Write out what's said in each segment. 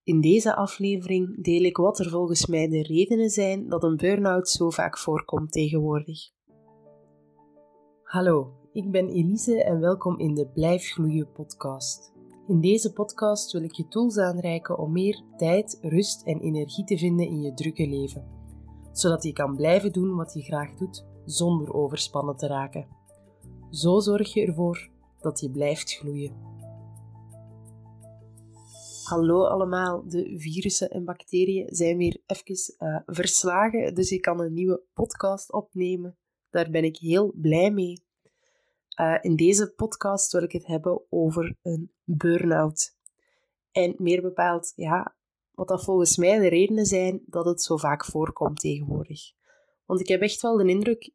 In deze aflevering deel ik wat er volgens mij de redenen zijn dat een burn-out zo vaak voorkomt tegenwoordig. Hallo, ik ben Elise en welkom in de Blijf Gloeien podcast. In deze podcast wil ik je tools aanreiken om meer tijd, rust en energie te vinden in je drukke leven, zodat je kan blijven doen wat je graag doet zonder overspannen te raken. Zo zorg je ervoor dat je blijft gloeien. Hallo allemaal, de virussen en bacteriën zijn weer even verslagen, dus ik kan een nieuwe podcast opnemen. Daar ben ik heel blij mee. In deze podcast wil ik het hebben over een burn-out. En meer bepaald, wat dat volgens mij de redenen zijn dat het zo vaak voorkomt tegenwoordig. Want ik heb echt wel de indruk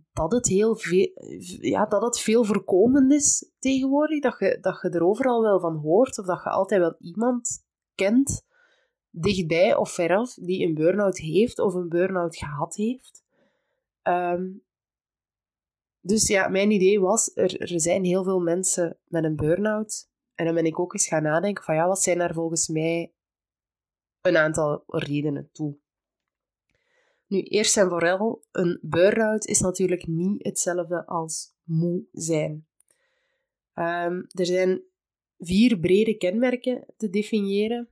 dat het veel voorkomend is tegenwoordig. Dat je er overal wel van hoort. Of dat je altijd wel iemand kent, dichtbij of veraf, die een burn-out heeft of een burn-out gehad heeft. Dus mijn idee was, er zijn heel veel mensen met een burn-out. En dan ben ik ook eens gaan nadenken van wat zijn daar volgens mij een aantal redenen toe. Nu, eerst en vooral, een burn-out is natuurlijk niet hetzelfde als moe zijn. Er zijn 4 brede kenmerken te definiëren.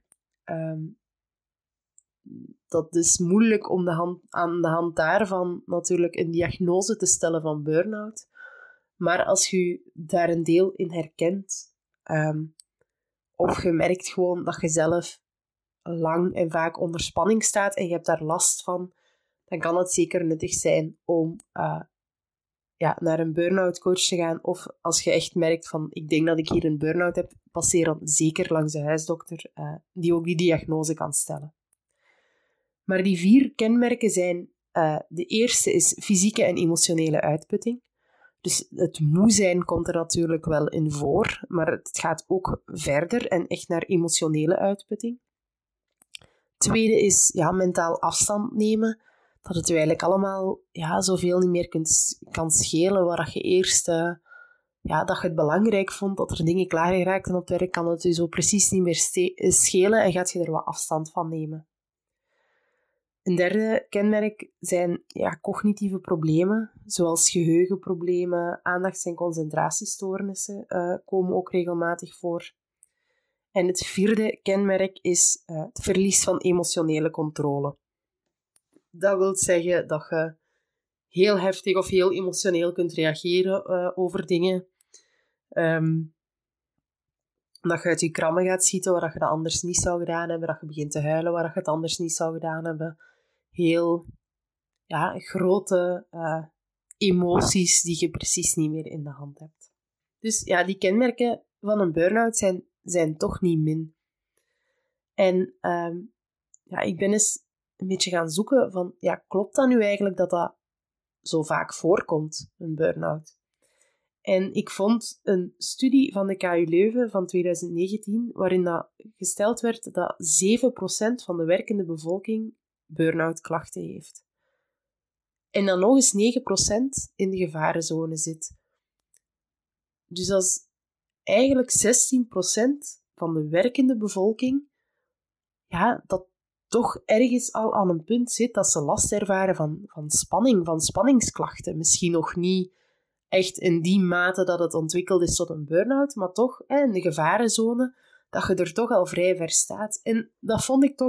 Dat is moeilijk om aan de hand daarvan natuurlijk een diagnose te stellen van burn-out. Maar als je daar een deel in herkent, of je merkt gewoon dat je zelf lang en vaak onder spanning staat en je hebt daar last van, dan kan het zeker nuttig zijn om naar een burn-out coach te gaan. Of als je echt merkt van, ik denk dat ik hier een burn-out heb, passeer dan zeker langs de huisdokter, die ook die diagnose kan stellen. Maar die 4 kenmerken zijn, de eerste is fysieke en emotionele uitputting. Dus het moe zijn komt er natuurlijk wel in voor, maar het gaat ook verder en echt naar emotionele uitputting. Tweede is mentaal afstand nemen. Dat het eigenlijk allemaal zoveel niet meer kan schelen, waar je eerst dat je het belangrijk vond dat er dingen klaar geraakten op het werk, kan het je zo precies niet meer schelen en gaat je er wat afstand van nemen. Een derde kenmerk zijn cognitieve problemen, zoals geheugenproblemen, aandachts- en concentratiestoornissen komen ook regelmatig voor. En het vierde kenmerk is het verlies van emotionele controle. Dat wil zeggen dat je heel heftig of heel emotioneel kunt reageren over dingen. Dat je uit je krammen gaat schieten waar je dat anders niet zou gedaan hebben. Dat je begint te huilen waar je het anders niet zou gedaan hebben. Heel grote emoties die je precies niet meer in de hand hebt. Dus die kenmerken van een burn-out zijn toch niet min. En ik ben eens een beetje gaan zoeken van, klopt dat nu eigenlijk dat dat zo vaak voorkomt, een burn-out? En ik vond een studie van de KU Leuven van 2019, waarin dat gesteld werd dat 7% van de werkende bevolking burn-out klachten heeft. En dan nog eens 9% in de gevarenzone zit. Dus dat is eigenlijk 16% van de werkende bevolking, dat toch ergens al aan een punt zit dat ze last ervaren van spanning, van spanningsklachten. Misschien nog niet echt in die mate dat het ontwikkeld is tot een burn-out, maar toch in de gevarenzone, dat je er toch al vrij ver staat. En dat vond ik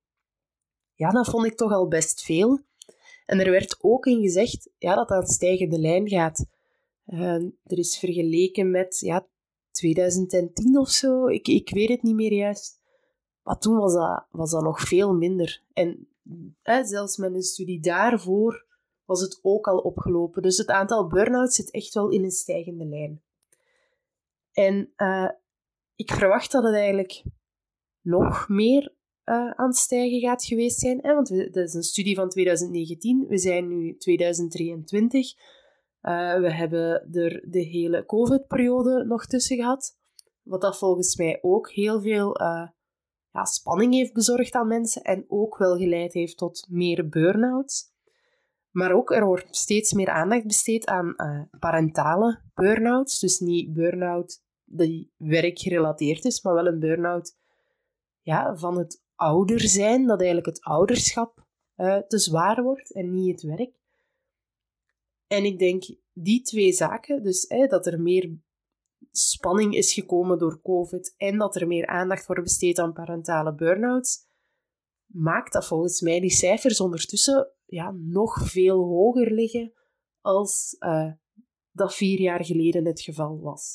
toch al best veel. En er werd ook in gezegd dat dat stijgende lijn gaat. Er is vergeleken met 2010 of zo, ik weet het niet meer juist. Maar toen was dat nog veel minder. En zelfs met een studie daarvoor was het ook al opgelopen. Dus het aantal burn-outs zit echt wel in een stijgende lijn. En ik verwacht dat het eigenlijk nog meer aan het stijgen gaat geweest zijn. Want dat is een studie van 2019. We zijn nu 2023. We hebben er de hele COVID-periode nog tussen gehad. Wat dat volgens mij ook heel veel spanning heeft bezorgd aan mensen en ook wel geleid heeft tot meer burn-outs. Maar ook, er wordt steeds meer aandacht besteed aan parentale burn-outs. Dus niet burn-out die werkgerelateerd is, maar wel een burn-out van het ouder zijn, dat eigenlijk het ouderschap te zwaar wordt en niet het werk. En ik denk, die twee zaken, dus dat er meer spanning is gekomen door COVID en dat er meer aandacht wordt besteed aan parentale burn-outs, maakt dat volgens mij die cijfers ondertussen nog veel hoger liggen als dat 4 jaar geleden het geval was.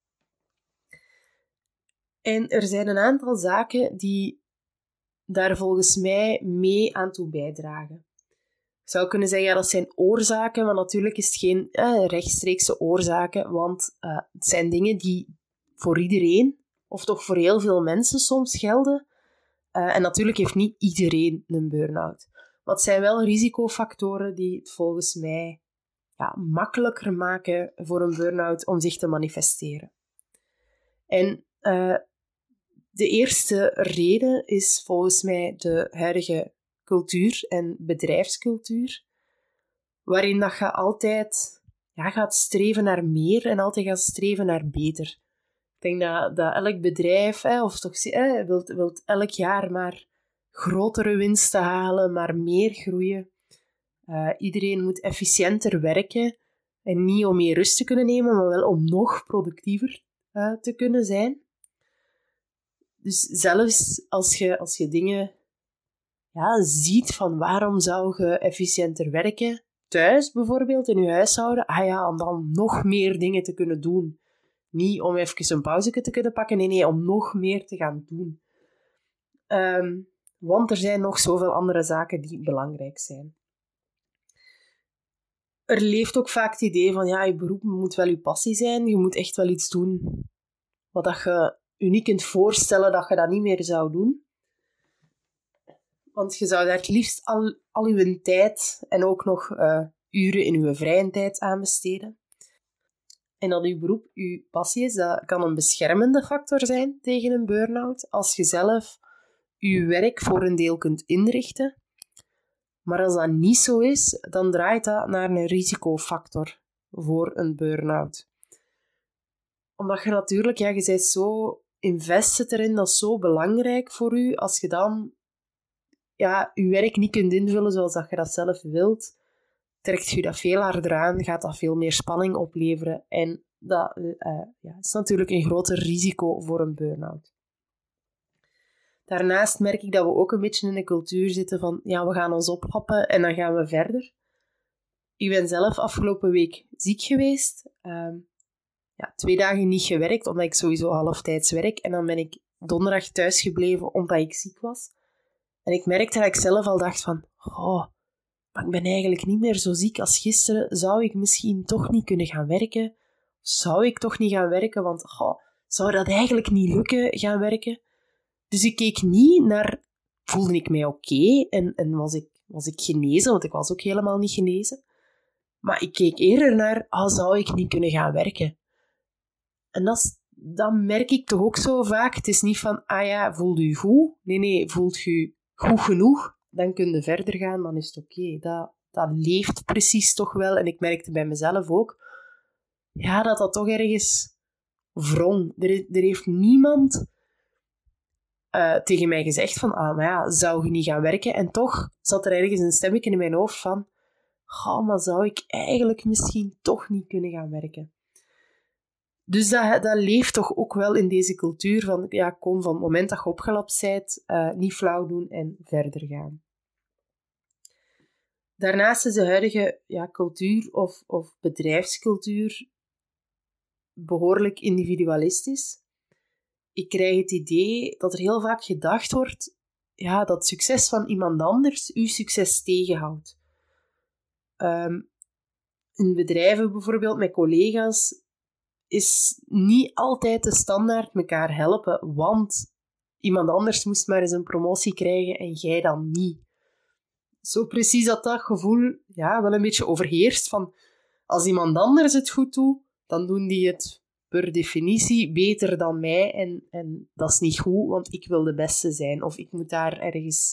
En er zijn een aantal zaken die daar volgens mij mee aan toe bijdragen. Ik zou kunnen zeggen, dat zijn oorzaken, maar natuurlijk is het geen rechtstreekse oorzaken, want het zijn dingen die voor iedereen, of toch voor heel veel mensen soms gelden. En natuurlijk heeft niet iedereen een burn-out. Maar het zijn wel risicofactoren die het volgens mij makkelijker maken voor een burn-out om zich te manifesteren. En de eerste reden is volgens mij de huidige cultuur en bedrijfscultuur, waarin dat je altijd gaat streven naar meer en altijd gaat streven naar beter. Ik denk dat elk bedrijf wilt elk jaar maar grotere winsten halen, maar meer groeien. Iedereen moet efficiënter werken en niet om meer rust te kunnen nemen, maar wel om nog productiever te kunnen zijn. Dus zelfs als je dingen ziet van waarom zou je efficiënter werken, thuis bijvoorbeeld, in je huishouden, om dan nog meer dingen te kunnen doen. Niet om even een pauze te kunnen pakken, nee, om nog meer te gaan doen. Want er zijn nog zoveel andere zaken die belangrijk zijn. Er leeft ook vaak het idee van, je beroep moet wel je passie zijn, je moet echt wel iets doen wat dat je niet kunt voorstellen dat je dat niet meer zou doen. Want je zou daar het liefst al je tijd en ook nog uren in je vrije tijd aan besteden. En dat je beroep je passie is, dat kan een beschermende factor zijn tegen een burn-out. Als je zelf je werk voor een deel kunt inrichten. Maar als dat niet zo is, dan draait dat naar een risicofactor voor een burn-out. Omdat je natuurlijk, je bent zo invested erin, dat is zo belangrijk voor je. Als je dan je werk niet kunt invullen zoals dat je dat zelf wilt, trekt je dat veel harder aan, gaat dat veel meer spanning opleveren. En dat is natuurlijk een groter risico voor een burn-out. Daarnaast merk ik dat we ook een beetje in een cultuur zitten van, we gaan ons ophappen en dan gaan we verder. Ik ben zelf afgelopen week ziek geweest. 2 dagen niet gewerkt, omdat ik sowieso halftijds werk. En dan ben ik donderdag thuis gebleven, omdat ik ziek was. En ik merkte dat ik zelf al dacht van, maar ik ben eigenlijk niet meer zo ziek als gisteren. Zou ik misschien toch niet kunnen gaan werken? Zou ik toch niet gaan werken? Want zou dat eigenlijk niet lukken, gaan werken? Dus ik keek niet naar, voelde ik mij oké? En was ik genezen? Want ik was ook helemaal niet genezen. Maar ik keek eerder naar, zou ik niet kunnen gaan werken? En dat merk ik toch ook zo vaak. Het is niet van, voelt u goed? Nee, voelt u goed genoeg? Dan kun je verder gaan, dan is het oké. Dat leeft precies toch wel. En ik merkte bij mezelf ook, dat toch ergens wrong. Er heeft niemand tegen mij gezegd van, zou je niet gaan werken? En toch zat er ergens een stemmetje in mijn hoofd van, maar zou ik eigenlijk misschien toch niet kunnen gaan werken? Dus dat leeft toch ook wel in deze cultuur van, kom van het moment dat je opgelapt bent, niet flauw doen en verder gaan. Daarnaast is de huidige cultuur of bedrijfscultuur behoorlijk individualistisch. Ik krijg het idee dat er heel vaak gedacht wordt dat het succes van iemand anders uw succes tegenhoudt. In bedrijven bijvoorbeeld, met collega's, is niet altijd de standaard elkaar helpen, want iemand anders moest maar eens een promotie krijgen en jij dan niet. Zo precies dat gevoel wel een beetje overheerst van, als iemand anders het goed doet, dan doen die het per definitie beter dan mij en dat is niet goed, want ik wil de beste zijn of ik moet daar ergens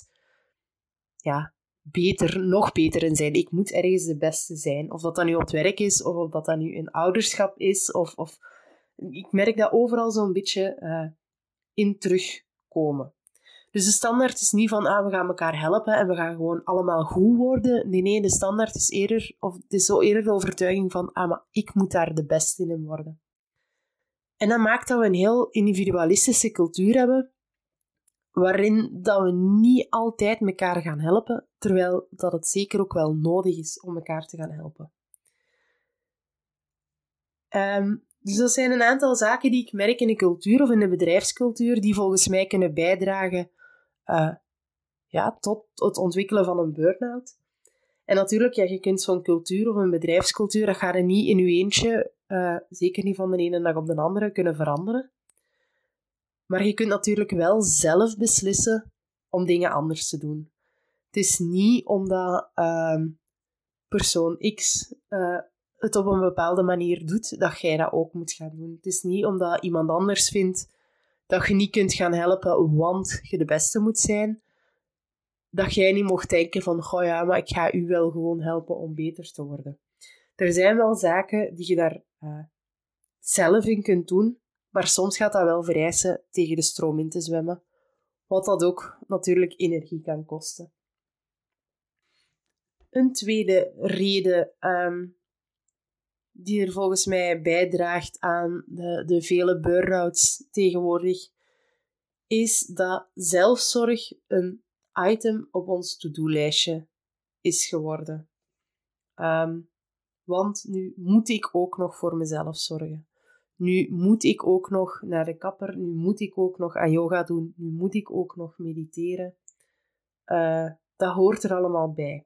nog beter in zijn. Ik moet ergens de beste zijn. Of dat nu op het werk is, of dat nu in ouderschap is. Ik merk dat overal zo'n beetje in terugkomen. Dus de standaard is niet van, we gaan elkaar helpen en we gaan gewoon allemaal goed worden. Nee, de standaard is eerder, of het is zo eerder de overtuiging van, maar ik moet daar de beste in worden. En dat maakt dat we een heel individualistische cultuur hebben, waarin dat we niet altijd elkaar gaan helpen, terwijl dat het zeker ook wel nodig is om elkaar te gaan helpen. Dus dat zijn een aantal zaken die ik merk in de cultuur of in de bedrijfscultuur, die volgens mij kunnen bijdragen tot het ontwikkelen van een burn-out. En natuurlijk, je kunt zo'n cultuur of een bedrijfscultuur, dat gaat er niet in je eentje, zeker niet van de ene dag op de andere, kunnen veranderen. Maar je kunt natuurlijk wel zelf beslissen om dingen anders te doen. Het is niet omdat persoon X het op een bepaalde manier doet, dat jij dat ook moet gaan doen. Het is niet omdat iemand anders vindt dat je niet kunt gaan helpen, want je de beste moet zijn, dat jij niet mocht denken van, maar ik ga u wel gewoon helpen om beter te worden. Er zijn wel zaken die je daar zelf in kunt doen, maar soms gaat dat wel vereisen tegen de stroom in te zwemmen, wat dat ook natuurlijk energie kan kosten. Een tweede reden die er volgens mij bijdraagt aan de vele burn-outs tegenwoordig, is dat zelfzorg een item op ons to-do-lijstje is geworden. Want nu moet ik ook nog voor mezelf zorgen. Nu moet ik ook nog naar de kapper. Nu moet ik ook nog aan yoga doen. Nu moet ik ook nog mediteren. Dat hoort er allemaal bij.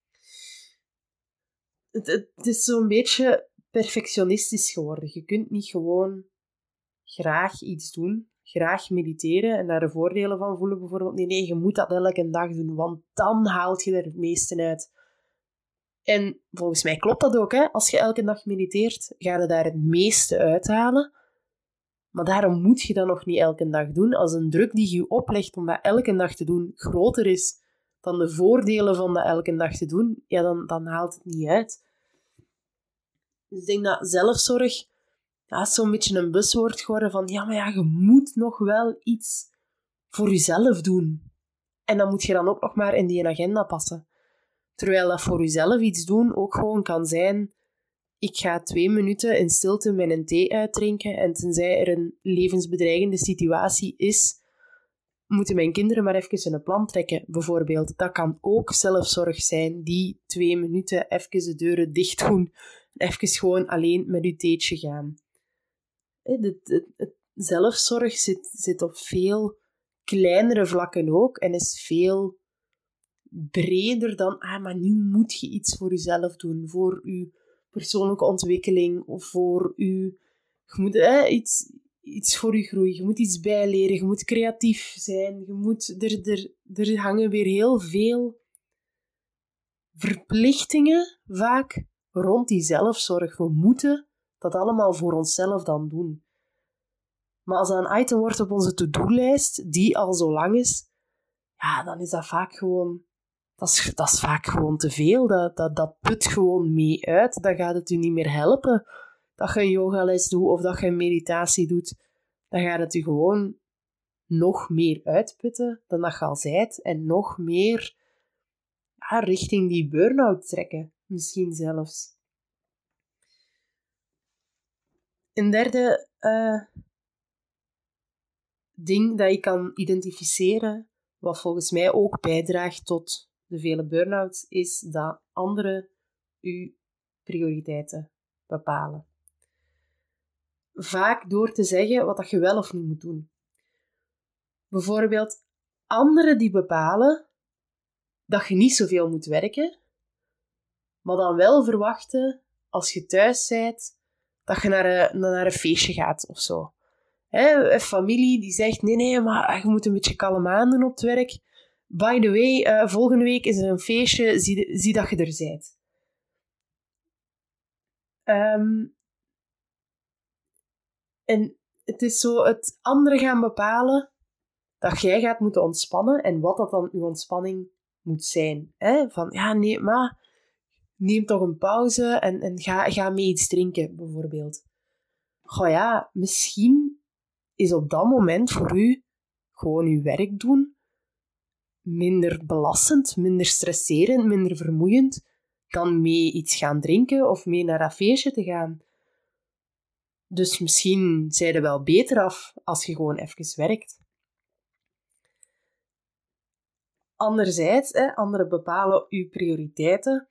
Het is zo'n beetje perfectionistisch geworden. Je kunt niet gewoon graag iets doen, graag mediteren en daar de voordelen van voelen bijvoorbeeld. Nee, je moet dat elke dag doen, want dan haalt je er het meeste uit. En volgens mij klopt dat ook, hè. Als je elke dag mediteert, ga je daar het meeste uithalen. Maar daarom moet je dat nog niet elke dag doen. Als een druk die je oplegt om dat elke dag te doen groter is dan de voordelen van dat elke dag te doen, dan haalt het niet uit. Dus ik denk dat zelfzorg is zo'n beetje een buzzwoord geworden van je moet nog wel iets voor jezelf doen. En dan moet je dan ook nog maar in die agenda passen. Terwijl dat voor jezelf iets doen ook gewoon kan zijn, ik ga 2 minuten in stilte mijn thee uitdrinken en tenzij er een levensbedreigende situatie is, moeten mijn kinderen maar even een plan trekken, bijvoorbeeld. Dat kan ook zelfzorg zijn, die 2 minuten even de deuren dicht doen en even gewoon alleen met je theetje gaan. Het zelfzorg zit op veel kleinere vlakken ook en is veel breder dan, maar nu moet je iets voor jezelf doen, voor je persoonlijke ontwikkeling of voor je moet iets voor je groei, je moet iets bijleren, je moet creatief zijn, er hangen weer heel veel verplichtingen vaak rond die zelfzorg. We moeten dat allemaal voor onszelf dan doen. Maar als dat een item wordt op onze to-do-lijst, die al zo lang is, dan is dat vaak gewoon... Dat is vaak gewoon te veel. Dat put gewoon mee uit. Dan gaat het u niet meer helpen dat je een yogales doet of dat je een meditatie doet. Dan gaat het u gewoon nog meer uitputten dan dat je al zijt. En nog meer richting die burn-out trekken. Misschien zelfs. Een derde ding dat ik kan identificeren, wat volgens mij ook bijdraagt tot de vele burn-outs, is dat anderen uw prioriteiten bepalen. Vaak door te zeggen wat je wel of niet moet doen. Bijvoorbeeld, anderen die bepalen dat je niet zoveel moet werken, maar dan wel verwachten, als je thuis bent, dat je naar een feestje gaat of zo. Een familie die zegt, nee, maar je moet een beetje kalm aan doen op het werk. By the way, volgende week is er een feestje, zie dat je er bent. En het is zo het anderen gaan bepalen dat jij gaat moeten ontspannen en wat dat dan uw ontspanning moet zijn. Van, nee, maar neem toch een pauze en ga mee iets drinken, bijvoorbeeld. Misschien is op dat moment voor u gewoon uw werk doen minder belastend, minder stresserend, minder vermoeiend dan mee iets gaan drinken of mee naar dat feestje te gaan. Dus misschien zij er wel beter af als je gewoon even werkt. Anderzijds, anderen bepalen uw prioriteiten.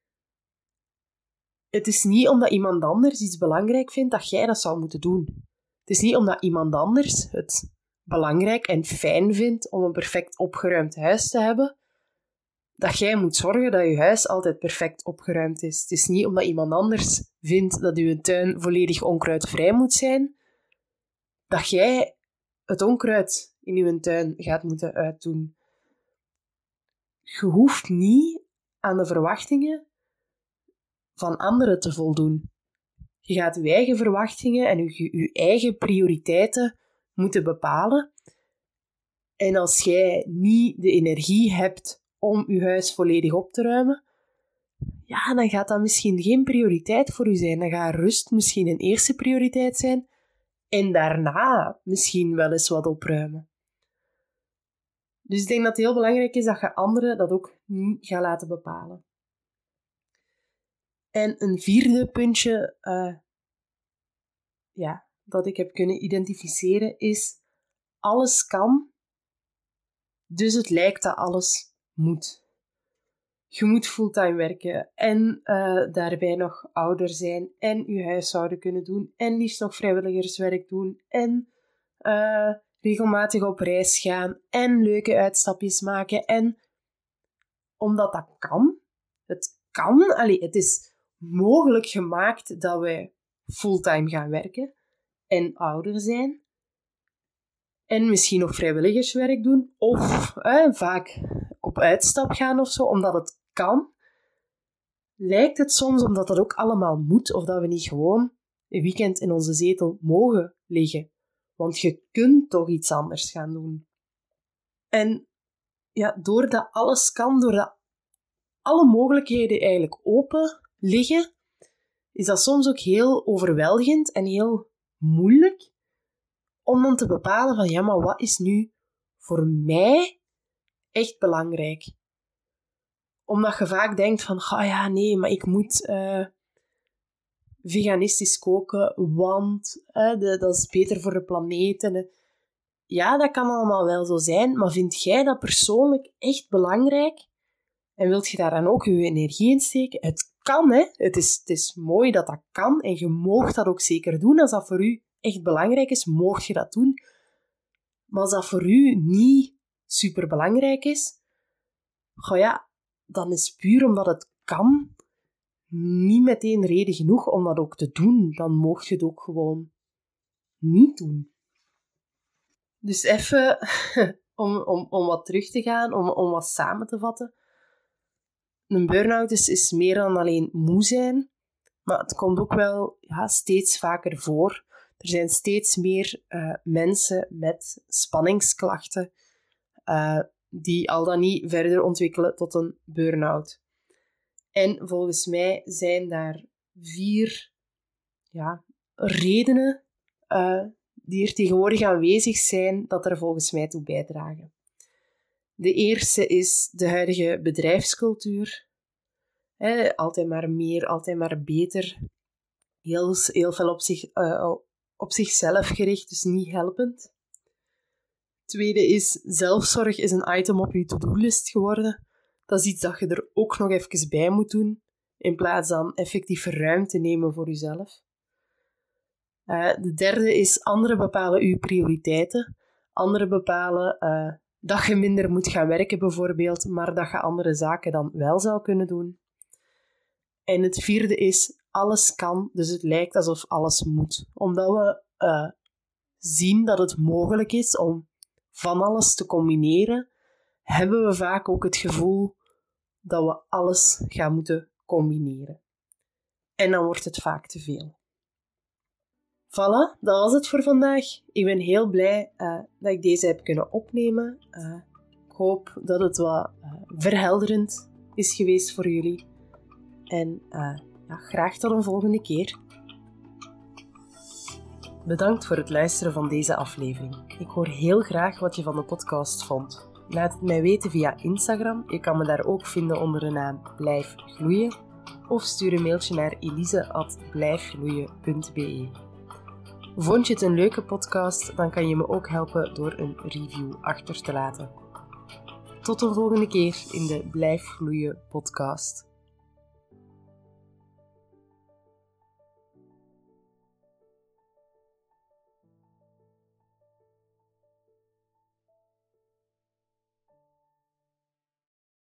Het is niet omdat iemand anders iets belangrijk vindt dat jij dat zou moeten doen. Het is niet omdat iemand anders het belangrijk en fijn vindt om een perfect opgeruimd huis te hebben, dat jij moet zorgen dat je huis altijd perfect opgeruimd is. Het is niet omdat iemand anders vindt dat je tuin volledig onkruidvrij moet zijn, dat jij het onkruid in je tuin gaat moeten uitdoen. Je hoeft niet aan de verwachtingen van anderen te voldoen. Je gaat je eigen verwachtingen en je eigen prioriteiten moeten bepalen. En als jij niet de energie hebt om je huis volledig op te ruimen, ja, dan gaat dat misschien geen prioriteit voor u zijn. Dan gaat rust misschien een eerste prioriteit zijn en daarna misschien wel eens wat opruimen. Dus ik denk dat het heel belangrijk is dat je anderen dat ook niet gaat laten bepalen. En een vierde puntje dat ik heb kunnen identificeren is: alles kan, dus het lijkt dat alles moet. Je moet fulltime werken en daarbij nog ouder zijn en je huishouden kunnen doen en liefst nog vrijwilligerswerk doen en regelmatig op reis gaan en leuke uitstapjes maken. En omdat dat kan, het is mogelijk gemaakt dat wij fulltime gaan werken en ouder zijn en misschien nog vrijwilligerswerk doen of vaak op uitstap gaan of zo, omdat het kan, lijkt het soms omdat dat ook allemaal moet of dat we niet gewoon een weekend in onze zetel mogen liggen. Want je kunt toch iets anders gaan doen. En ja, doordat alles kan, doordat alle mogelijkheden eigenlijk open liggen, is dat soms ook heel overweldigend en heel moeilijk om dan te bepalen van, ja, maar wat is nu voor mij echt belangrijk? Omdat je vaak denkt van, nee, maar ik moet veganistisch koken, want dat is beter voor de planeet. Ja, dat kan allemaal wel zo zijn, maar vind jij dat persoonlijk echt belangrijk? En wilt je daar dan ook je energie in steken? Het kan, hè. Het is mooi dat dat kan en je moogt dat ook zeker doen. Als dat voor u echt belangrijk is, moogt je dat doen. Maar als dat voor u niet super belangrijk is, dan is puur omdat het kan niet meteen reden genoeg om dat ook te doen. Dan moogt je het ook gewoon niet doen. Dus even om wat terug te gaan, om wat samen te vatten. Een burn-out is meer dan alleen moe zijn, maar het komt ook wel steeds vaker voor. Er zijn steeds meer mensen met spanningsklachten die al dan niet verder ontwikkelen tot een burn-out. En volgens mij zijn daar 4 redenen die er tegenwoordig aanwezig zijn, dat er volgens mij toe bijdragen. De eerste is de huidige bedrijfscultuur. Altijd maar meer, altijd maar beter. Heel veel op zichzelf gericht, dus niet helpend. Tweede is, zelfzorg is een item op je to-do-list geworden. Dat is iets dat je er ook nog even bij moet doen, in plaats van effectief ruimte nemen voor jezelf. De derde is, anderen bepalen uw prioriteiten. Anderen bepalen dat je minder moet gaan werken bijvoorbeeld, maar dat je andere zaken dan wel zou kunnen doen. En het vierde is, alles kan, dus het lijkt alsof alles moet. Omdat we zien dat het mogelijk is om van alles te combineren, hebben we vaak ook het gevoel dat we alles gaan moeten combineren. En dan wordt het vaak te veel. Voilà, dat was het voor vandaag. Ik ben heel blij dat ik deze heb kunnen opnemen. Ik hoop dat het wat verhelderend is geweest voor jullie. En graag tot een volgende keer. Bedankt voor het luisteren van deze aflevering. Ik hoor heel graag wat je van de podcast vond. Laat het mij weten via Instagram. Je kan me daar ook vinden onder de naam Blijf Gloeien. Of stuur een mailtje naar elise@blijfgloeien.be. Vond je het een leuke podcast, dan kan je me ook helpen door een review achter te laten. Tot een volgende keer in de Blijf Gloeien podcast.